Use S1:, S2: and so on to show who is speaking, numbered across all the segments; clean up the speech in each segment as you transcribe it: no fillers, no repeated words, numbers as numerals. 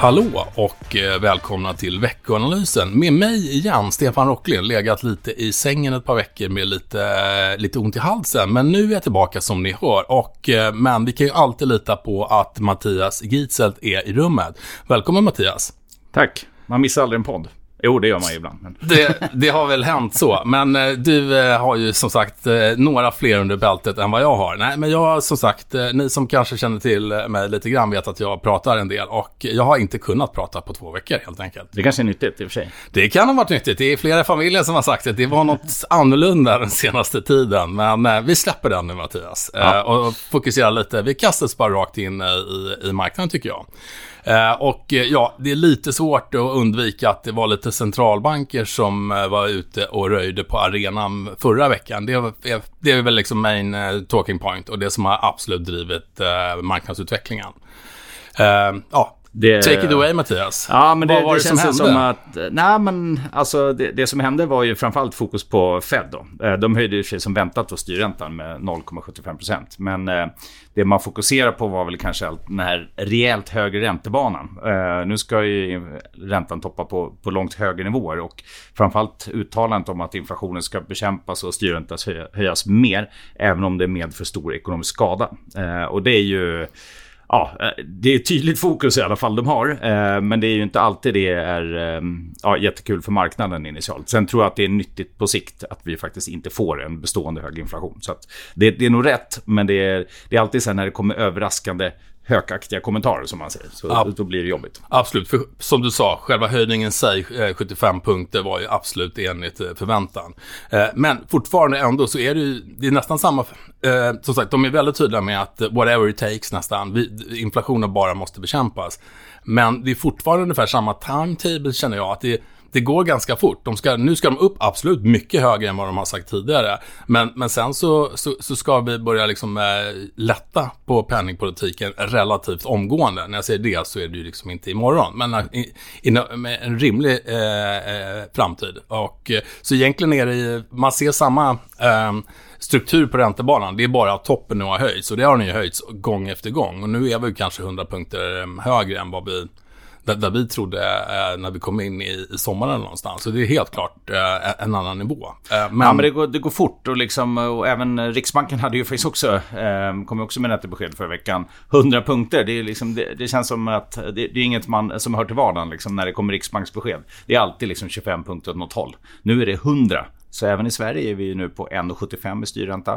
S1: Hallå och välkomna till veckoanalysen. Med mig igen, Stefan Rocklin, legat lite i sängen ett par veckor med lite ont i halsen. Men nu är jag tillbaka som ni hör. Men vi kan ju alltid lita på att Mattias Gitzelt är i rummet. Välkommen Mattias.
S2: Tack, man missar aldrig en podd. Jo, det gör man ju ibland. Men...
S1: Det har väl hänt så. Men du har ju som sagt några fler under bältet än vad jag har. Nej, men jag som sagt, ni som kanske känner till mig lite grann vet att jag pratar en del. Och jag har inte kunnat prata på 2 veckor helt enkelt.
S2: Det kanske är nyttigt i och för sig.
S1: Det kan ha varit nyttigt. Det är flera familjer som har sagt att det var något annorlunda den senaste tiden. Men vi släpper den nu Mattias. Ja. Och fokuserar lite. Vi kastas bara rakt in i marknaden tycker jag. Det är lite svårt att undvika att det var lite centralbanker som var ute och röjde på arenan förra veckan. Det är väl liksom main talking point och det som har absolut drivit marknadsutvecklingen. Take it away Mattias.
S2: Ja, men
S1: vad var
S2: det
S1: som
S2: känns
S1: hände?
S2: som att det som hände var ju framförallt fokus på Fed då. De höjde ju sig som väntat och styrräntan med 0,75%. Men det man fokuserar på var väl kanske den här rejält högre räntebanan. Nu ska ju räntan toppa på långt högre nivåer och framförallt uttalandet om att inflationen ska bekämpas och styrräntan höjas mer även om det är med för stor ekonomisk skada. Och det är ju... Ja, det är tydligt fokus i alla fall de har, men det är ju inte alltid det är jättekul för marknaden initialt. Sen tror jag att det är nyttigt på sikt att vi faktiskt inte får en bestående hög inflation. Så att det är nog rätt, men det är alltid så när det kommer överraskande hökaktiga kommentarer som man säger, så då blir det jobbigt.
S1: Absolut, för som du sa, själva höjningen sig 75 punkter var ju absolut enligt förväntan. Men fortfarande ändå så är det är nästan samma, som sagt, de är väldigt tydliga med att whatever it takes nästan, inflationen bara måste bekämpas. Men det är fortfarande ungefär samma timetable känner jag, att det går ganska fort. Nu ska de upp absolut mycket högre än vad de har sagt tidigare. Men sen så ska vi börja liksom lätta på penningpolitiken relativt omgående. När jag säger det så är det ju liksom inte imorgon. Men med en rimlig framtid. Och så egentligen är det man ser samma struktur på räntebanan. Det är bara att toppen nu har höjts. Och det har den ju höjts gång efter gång. Och nu är vi kanske 100 punkter högre än vad vi trodde när vi kom in i sommaren någonstans. Så det är helt klart en annan nivå.
S2: Men det går fort och även Riksbanken hade ju faktiskt också kom också med räntebesked förra veckan. 100 punkter, det är liksom det känns som att det är inget man som hör till vardagen liksom, när det kommer Riksbanksbesked. Det är alltid liksom 25 punkter åt något håll. Nu är det 100. Så även i Sverige är vi nu på 1,75 i styrränta.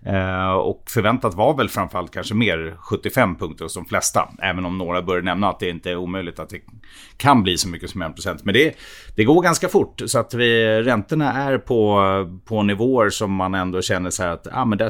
S2: Och förväntat var väl framförallt kanske mer 75 punkter hos de flesta. Även om några börjar nämna att det inte är omöjligt att det kan bli så mycket som 1%. Men det går ganska fort. Så att räntorna är på nivåer som man ändå känner så här att men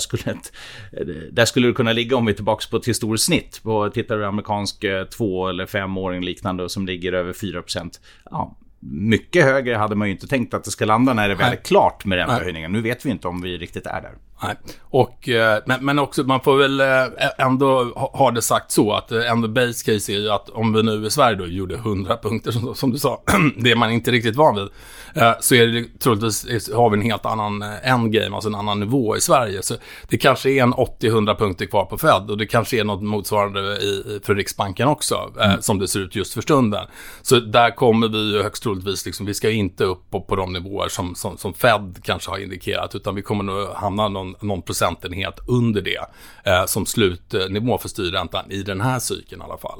S2: där skulle det kunna ligga om vi är tillbaka på ett historiskt snitt. Tittar du amerikansk 2 eller 5-åring liknande som ligger över 4%. Ja. Mycket högre hade man ju inte tänkt att det ska landa när det väl är klart med räntehöjningen. Nu vet vi inte om vi riktigt är där.
S1: Nej. Och, men också man får väl ändå ha det sagt så att ändå base case är ju att om vi nu i Sverige då gjorde 100 punkter som du sa, det är man inte riktigt van vid, så är det troligtvis har vi en helt annan endgame, alltså en annan nivå i Sverige. Så det kanske är en 80-100 punkter kvar på Fed och det kanske är något motsvarande för Riksbanken också, som det ser ut just för stunden. Så där kommer vi ju högst troligtvis liksom, vi ska inte upp på de nivåer som Fed kanske har indikerat, utan vi kommer nog hamna någon procentenhet under det som slutnivå för styrräntan i den här cykeln i alla fall.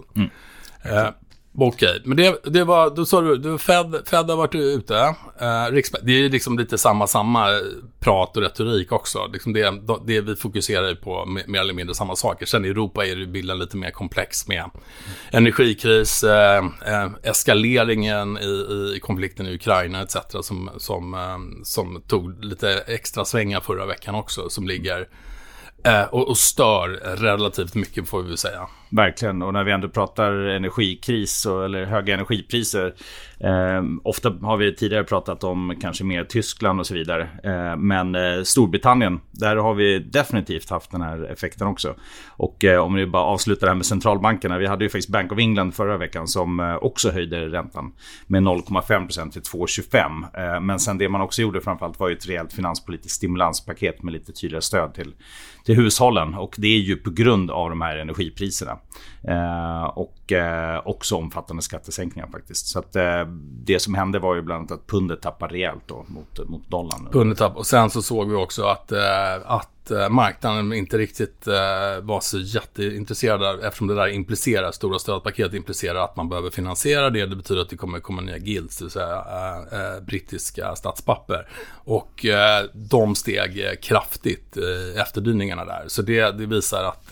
S1: Okej, men det var, då sa du Fed har varit ute, det är liksom lite samma prat och retorik också, liksom det vi fokuserar på mer eller mindre samma saker. Sen i Europa är det bilden lite mer komplex med energikris, eskaleringen i konflikten i Ukraina etc. som tog lite extra svängar förra veckan också, som ligger och stör relativt mycket får vi säga.
S2: Verkligen, och när vi ändå pratar energikris eller höga energipriser, ofta har vi tidigare pratat om kanske mer Tyskland och så vidare, men Storbritannien, där har vi definitivt haft den här effekten också. Och om vi bara avslutar det här med centralbankerna, vi hade ju faktiskt Bank of England förra veckan som också höjde räntan med 0,5% till 2,25, men sen det man också gjorde framförallt var ju ett rejält finanspolitiskt stimulanspaket med lite tydligare stöd till hushållen, och det är ju på grund av de här energipriserna. Och också omfattande skattesänkningar faktiskt. Så att det som hände var ju bland annat att pundet tappade rejält då mot dollarn.
S1: Pundet tappade, och sen så såg vi också att marknaden inte riktigt var så jätteintresserad, eftersom det där implicerar, stora stödpaket implicerar att man behöver finansiera det. Det betyder att det kommer komma nya gilts, det vill säga brittiska statspapper. Och de steg kraftigt efterdyningarna där. Så det visar att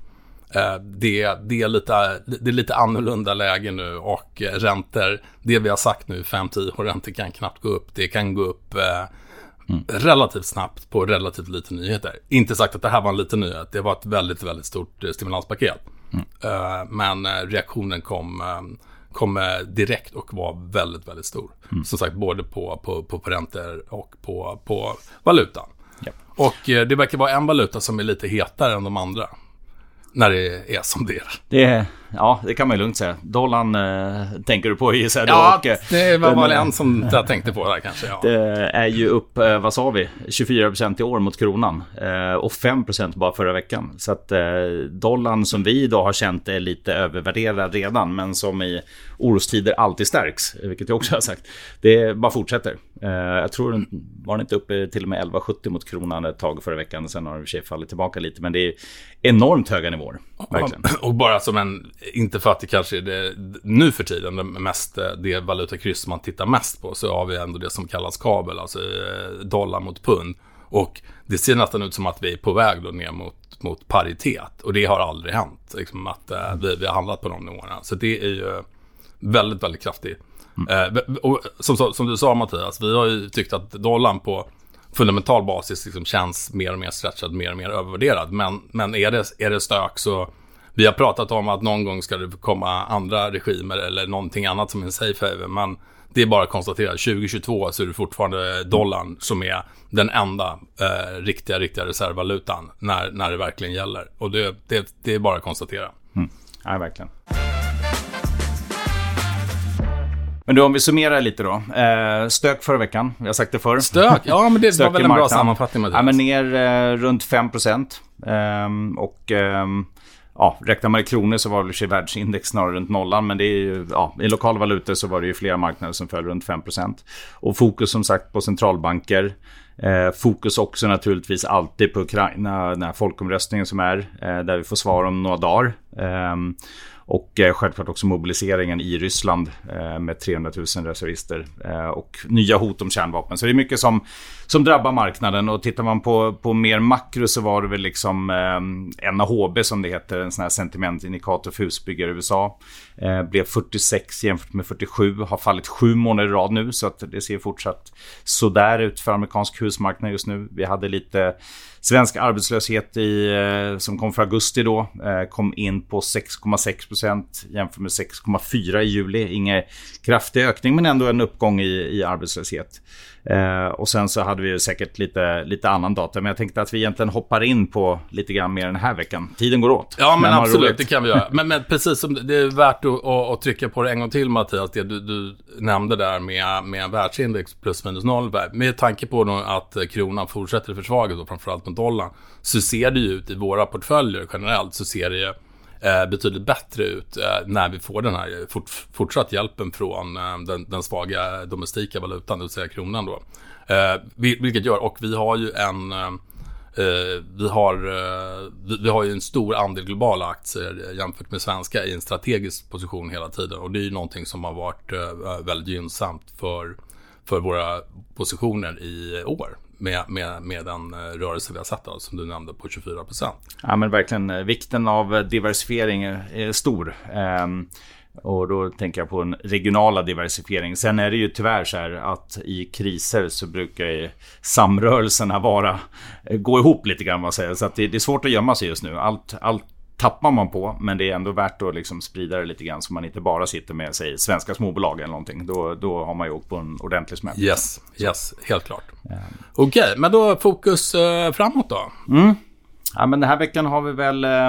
S1: det är lite annorlunda läge nu, och räntor, det vi har sagt nu 5-10 år, räntor kan knappt gå upp. Det kan gå upp relativt snabbt på relativt lite nyheter. Inte sagt att det här var en liten nyhet, det var ett väldigt, väldigt stort stimulanspaket. Men reaktionen kom direkt och var väldigt, väldigt stor. Som sagt, både på räntor och på valutan.
S2: Yep.
S1: Och det verkar vara en valuta som är lite hetare än de andra när det är som det är.
S2: Det kan man ju lugnt säga. Dollarn tänker du på, gissar då.
S1: Ja, det var väl en som jag tänkte på där kanske. Ja.
S2: Det är ju upp, vad sa vi, 24% i år mot kronan och 5% bara förra veckan. Så att dollarn som vi idag har känt är lite övervärderad redan, men som i orostider alltid stärks, vilket jag också har sagt. Det bara fortsätter. Jag tror den var inte uppe till och med 11,70 mot kronan ett tag förra veckan. Sen har det i och för sig fallit tillbaka lite, men det är enormt höga nivåer. Verkligen.
S1: Och bara som inte för att det kanske är det nu för tiden det valutakryss man tittar mest på, så har vi ändå det som kallas kabel, alltså dollar mot pund. Och det ser nästan ut som att vi är på väg då ner mot paritet. Och det har aldrig hänt, liksom att vi har handlat på de nivåerna. Så det är ju väldigt, väldigt kraftigt. Och som du sa, Mattias, vi har ju tyckt att dollarn på fundamental basis liksom känns mer och mer stretchad, mer och mer övervärderad. Men är det stök, så vi har pratat om att någon gång ska det komma andra regimer eller någonting annat som en safe haven, men det är bara att konstatera, 2022 så är det fortfarande dollarn som är den enda riktiga reservvalutan när det verkligen gäller. Och det är bara att konstatera.
S2: Ja, verkligen. Men då, om vi summerar lite då. Stök förra veckan, jag har sagt det förr.
S1: Stök? Ja, men det var väl en bra sammanfattning med det.
S2: Ja, men ner runt 5%. Och räknar man i kronor så var det världsindex snarare runt nollan. Men det är ju, i lokala valutor så var det ju flera marknader som föll runt 5%. Och fokus som sagt på centralbanker. Fokus också naturligtvis alltid på Ukraina, den här folkomröstningen som är, där vi får svar om några dagar. Och självklart också mobiliseringen i Ryssland med 300 000 reservister och nya hot om kärnvapen. Så det är mycket som drabbar marknaden. Och tittar man på mer makro så var det väl liksom NAHB som det heter, en sån här sentimentindikator för husbyggare i USA. Blev 46 jämfört med 47, har fallit 7 månader i rad nu, så att det ser fortsatt så där ut för amerikansk husmarknad just nu. Vi hade lite svensk arbetslöshet som kom för augusti då, kom in på 6,6% jämfört med 6,4% i juli. Ingen kraftig ökning, men ändå en uppgång i arbetslöshet. Och sen så hade vi ju säkert lite annan data, men jag tänkte att vi egentligen hoppar in på lite grann mer den här veckan. Tiden går åt.
S1: Ja, men absolut, det kan vi göra. Men precis som det är värt att trycka på det en gång till, Mattias, det du nämnde där med världsindex plus minus noll. Med tanke på att kronan fortsätter försvagas och framförallt med dollarn, så ser det ju ut i våra portföljer generellt, så ser det ju betydligt bättre ut när vi får den här fortsatt hjälpen från den svaga domestika valutan, det vill säga kronan då. Vilket gör, och vi har ju vi har ju en stor andel globala aktier jämfört med svenska i en strategisk position hela tiden, och det är ju någonting som har varit väldigt gynnsamt för våra positioner i år. Med den rörelse vi har sett, som du nämnde, på 24%.
S2: Ja, men verkligen, vikten av diversifiering är stor. Och då tänker jag på en regionala diversifiering. Sen är det ju tyvärr så här att i kriser så brukar ju samrörelserna gå ihop lite grann, man säger. Så att det är svårt att gömma sig just nu. Allt tappar man på, men det är ändå värt att liksom sprida det lite grann, så man inte bara sitter med sig svenska småbolag eller någonting. Då har man ju åkt på en ordentlig smäll.
S1: Yes, helt klart. Okej, men då fokus framåt då.
S2: Ja, men den här veckan har vi väl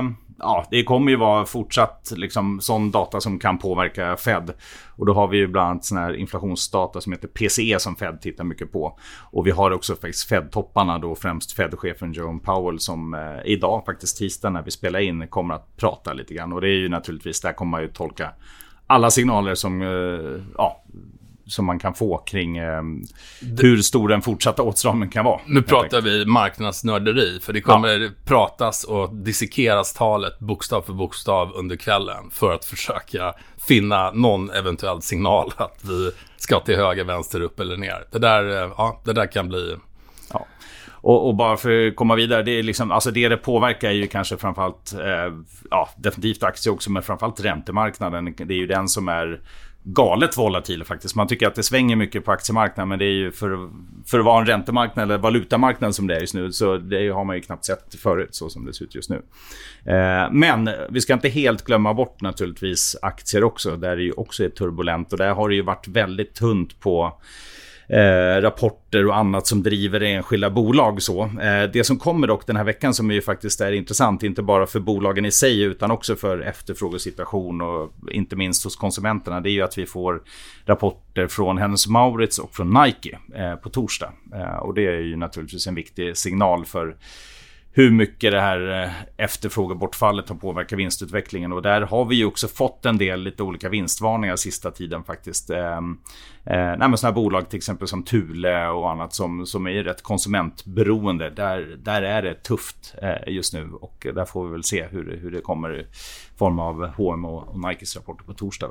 S2: det kommer ju vara fortsatt liksom sån data som kan påverka Fed. Och då har vi ju bland annat sån här inflationsdata som heter PCE som Fed tittar mycket på. Och vi har också faktiskt Fed-topparna då, främst Fed-chefen Jerome Powell som idag faktiskt tisdag när vi spelar in kommer att prata lite grann. Och det är ju naturligtvis, där kommer man ju tolka alla signaler som man kan få kring hur stor den fortsatta åtstramningen kan vara.
S1: Nu pratar vi marknadsnörderi, för det kommer pratas och dissekeras talet bokstav för bokstav under kvällen för att försöka finna någon eventuell signal att vi ska till höger, vänster, upp eller ner. Det där kan bli...
S2: Ja. Och bara för att komma vidare, det är liksom, alltså det påverkar ju kanske framförallt definitivt aktier också, men framförallt räntemarknaden. Det är ju den som är galet volatil faktiskt. Man tycker att det svänger mycket på aktiemarknaden, men det är ju för att vara en räntemarknad eller valutamarknad som det är just nu, så det har man ju knappt sett förut så som det ser ut just nu. Men vi ska inte helt glömma bort naturligtvis aktier också, där det ju också är turbulent, och där har det ju varit väldigt tunt på rapporter och annat som driver enskilda bolag. Så det som kommer dock den här veckan, som är ju faktiskt är intressant, inte bara för bolagen i sig utan också för efterfrågesituation och inte minst hos konsumenterna, det är ju att vi får rapporter från Hennes & Mauritz och från Nike på torsdag. Och det är ju naturligtvis en viktig signal för hur mycket det här efterfrågebortfallet har påverkat vinstutvecklingen. Och där har vi ju också fått en del lite olika vinstvarningar sista tiden faktiskt. Sådana här bolag till exempel som Thule och annat som är rätt konsumentberoende. Där är det tufft just nu, och där får vi väl se hur det kommer i form av H&M och Nikes rapporter på torsdag.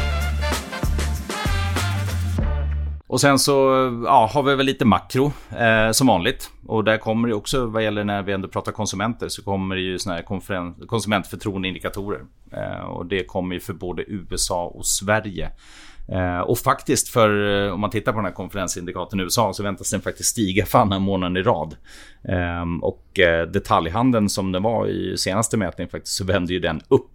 S2: Och sen så har vi väl lite makro som vanligt. Och där kommer det också, vad gäller när vi ändå pratar konsumenter, så kommer det ju såna här konsumentförtroendeindikatorer. Och det kommer ju för både USA och Sverige. Och faktiskt om man tittar på den här konferensindikatorn i USA, så väntas den faktiskt stiga för andra månaden i rad. Och detaljhandeln som den var i senaste mätningen faktiskt, så vände ju den upp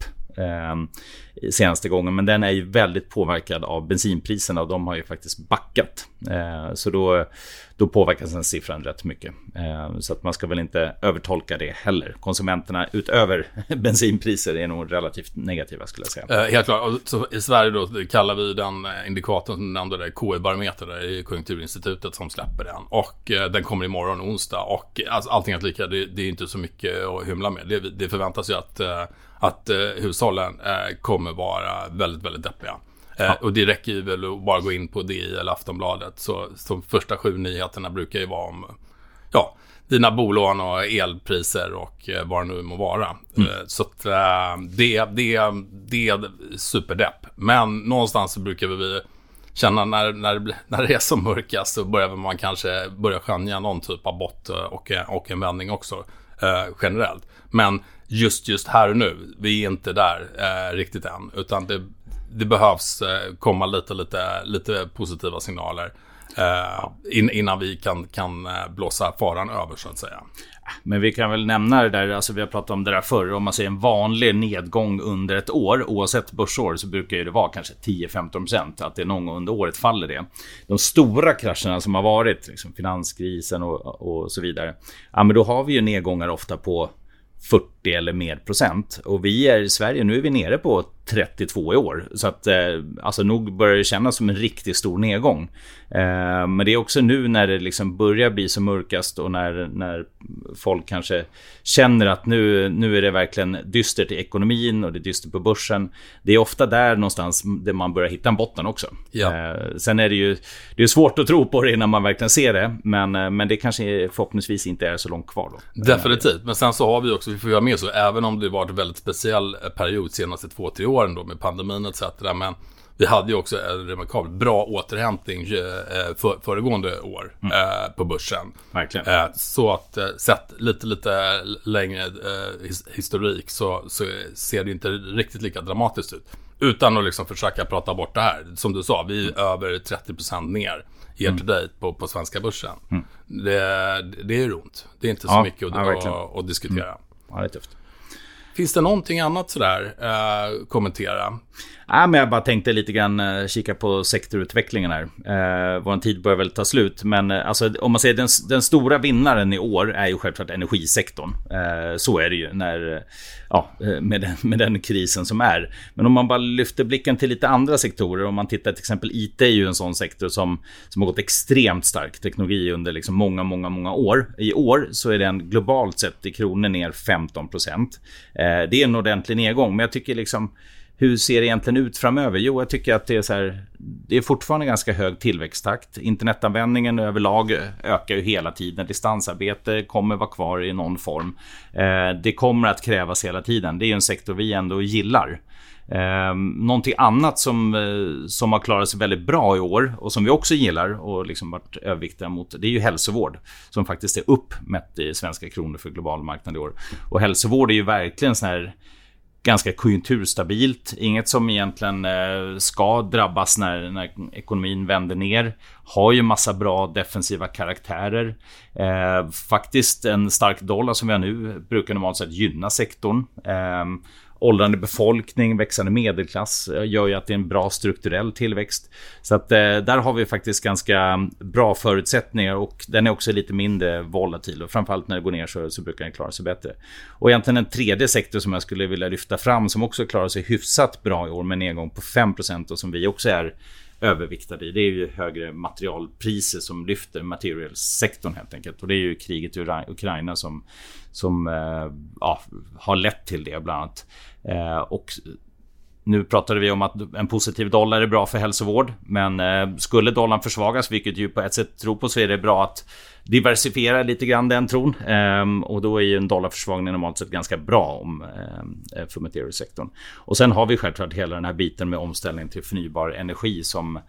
S2: senaste gången, men den är ju väldigt påverkad av bensinpriserna, och de har ju faktiskt backat, så då påverkas den siffran rätt mycket, så att man ska väl inte övertolka det heller. Konsumenterna utöver bensinpriser är nog relativt negativa, skulle jag säga.
S1: Helt klart. Och så i Sverige då kallar vi den indikatorn som nämnde där, KI-barometer, där är Konjunkturinstitutet som släpper den, och den kommer imorgon onsdag, och alltså, allting är lika, det är inte så mycket att hymla med. Det förväntas ju att hushållen kommer vara väldigt, väldigt deppiga. Och det räcker ju väl att bara gå in på DI eller Aftonbladet, så de första 7 nyheterna brukar ju vara om dina bolån och elpriser och vad det nu må vara. Så att det är superdepp. Men någonstans så brukar vi känna när det är som mörkast, så börjar man kanske börja skönja någon typ av bott och en vändning också generellt. Men just här och nu, vi är inte där riktigt än, utan det behövs komma lite positiva signaler innan vi kan blåsa faran över, så att säga.
S2: Men vi kan väl nämna det där, alltså vi har pratat om det där förr, om man ser en vanlig nedgång under ett år, oavsett börsår, så brukar det vara kanske 10-15%, att det är någon gång under året faller det. De stora krascherna som har varit, liksom finanskrisen och så vidare, men då har vi ju nedgångar ofta på 40 eller mer procent, och vi är i Sverige, nu är vi nere på 32 i år, så att alltså nog börjar det kännas som en riktigt stor nedgång. Men det är också nu när det liksom börjar bli så mörkast, och när folk kanske känner att nu är det verkligen dystert i ekonomin och det är dystert på börsen. Det är ofta där någonstans där man börjar hitta en botten också. Ja. Sen är det är svårt att tro på det innan man verkligen ser det, men det kanske förhoppningsvis inte är så långt kvar då.
S1: Definitivt, men sen så har vi också, vi får göra med så, även om det var en väldigt speciell period senaste 2-3 åren då med pandemin etc. Men vi hade ju också en remarkabelt bra återhämtning föregående år på börsen.
S2: Verkligen.
S1: Så att sett lite längre historik så ser det inte riktigt lika dramatiskt ut. Utan att liksom försöka prata bort det här. Som du sa, vi är över 30% ner year to date på svenska börsen. Det är runt. Det är inte så mycket att diskutera.
S2: Ja, det är tufft.
S1: Finns det någonting annat sådär kommentera?
S2: Ja, men jag bara tänkte lite grann kika på sektorutvecklingen här. Vår tid börjar väl ta slut, men alltså, om man säger den stora vinnaren i år är ju självklart energisektorn. Så är det ju med den krisen som är. Men om man bara lyfter blicken till lite andra sektorer, om man tittar till exempel IT är ju en sån sektor som har gått extremt stark teknologi under liksom många år. I år så är den globalt sett i kronor ner 15%. Det är en ordentlig nedgång, men jag tycker liksom, hur ser det egentligen ut framöver? Jo, jag tycker att det är så här, det är fortfarande ganska hög tillväxttakt. Internetanvändningen överlag ökar ju hela tiden. Distansarbete kommer vara kvar i någon form. Det kommer att krävas hela tiden. Det är ju en sektor vi ändå gillar. Någonting annat som har klarat sig väldigt bra i år och som vi också gillar och liksom varit överviktiga mot, det är ju hälsovård som faktiskt är upp mätt i svenska kronor för global marknad i år. Och hälsovård är ju verkligen sån här ganska konjunkturstabilt. Inget som egentligen ska drabbas när ekonomin vänder ner. Har ju massa bra defensiva karaktärer. Faktiskt en stark dollar som vi har nu brukar normalt sett gynna sektorn. Åldrande befolkning, växande medelklass gör ju att det är en bra strukturell tillväxt. Så att där har vi faktiskt ganska bra förutsättningar och den är också lite mindre volatil och framförallt när det går ner så brukar den klara sig bättre. Och egentligen en tredje sektor som jag skulle vilja lyfta fram som också klarar sig hyfsat bra i år med en nedgång på 5% och som vi också är överviktade i. Det är ju högre materialpriser som lyfter materialsektorn helt enkelt. Och det är ju kriget i Ukraina som har lett till det bland annat. Och nu pratade vi om att en positiv dollar är bra för hälsovård. Men skulle dollarn försvagas, vilket ju på ett sätt tror på, så är det bra att diversifiera lite grann den tron. Och då är ju en dollarförsvagning normalt sett ganska bra för materialsektorn. Och sen har vi självklart hela den här biten med omställning till förnybar energi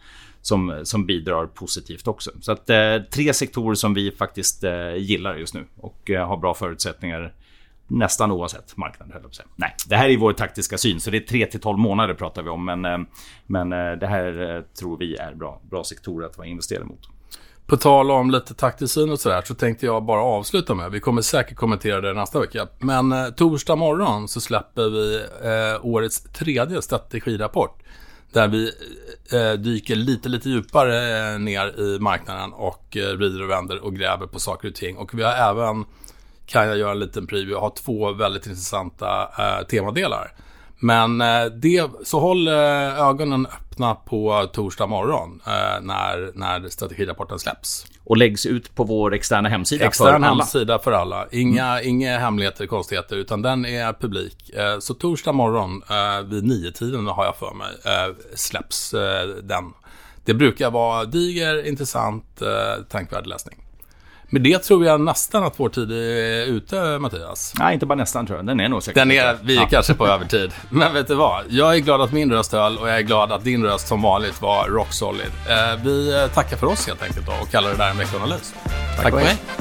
S2: som bidrar positivt också. Så att 3 sektorer som vi faktiskt gillar just nu och har bra förutsättningar nästan oavsett marknaden, höll jag på att säga. Nej, det här är vår taktiska syn, så det är 3-12 månader pratar vi om, men det här tror vi är bra sektorer att vara investerade mot.
S1: På tal om lite taktisk syn och sådär så tänkte jag bara avsluta med, vi kommer säkert kommentera det nästa vecka, men torsdag morgon så släpper vi årets 3:e strategirapport där vi dyker lite djupare ner i marknaden och vrider och vänder och gräver på saker och ting. Och vi har även, kan jag göra en liten preview, har 2 väldigt intressanta temadelar. Men så håll ögonen öppna på torsdag morgon när strategirapporten släpps.
S2: Och läggs ut på vår externa hemsida
S1: hemsida för alla. Inga hemligheter, konstigheter, utan den är publik. Så torsdag morgon vid 9-tiden har jag för mig släpps den. Det brukar vara diger, intressant, tänkvärd läsning. Men det tror jag nästan att vår tid är ute, Mattias.
S2: Nej, inte bara nästan tror jag. Den är nog säkert.
S1: Vi är kanske på övertid. Men vet du vad? Jag är glad att min röst höll och jag är glad att din röst som vanligt var rock solid. Vi tackar för oss helt enkelt då och kallar det där en veckoanalys.
S2: Tack och hej.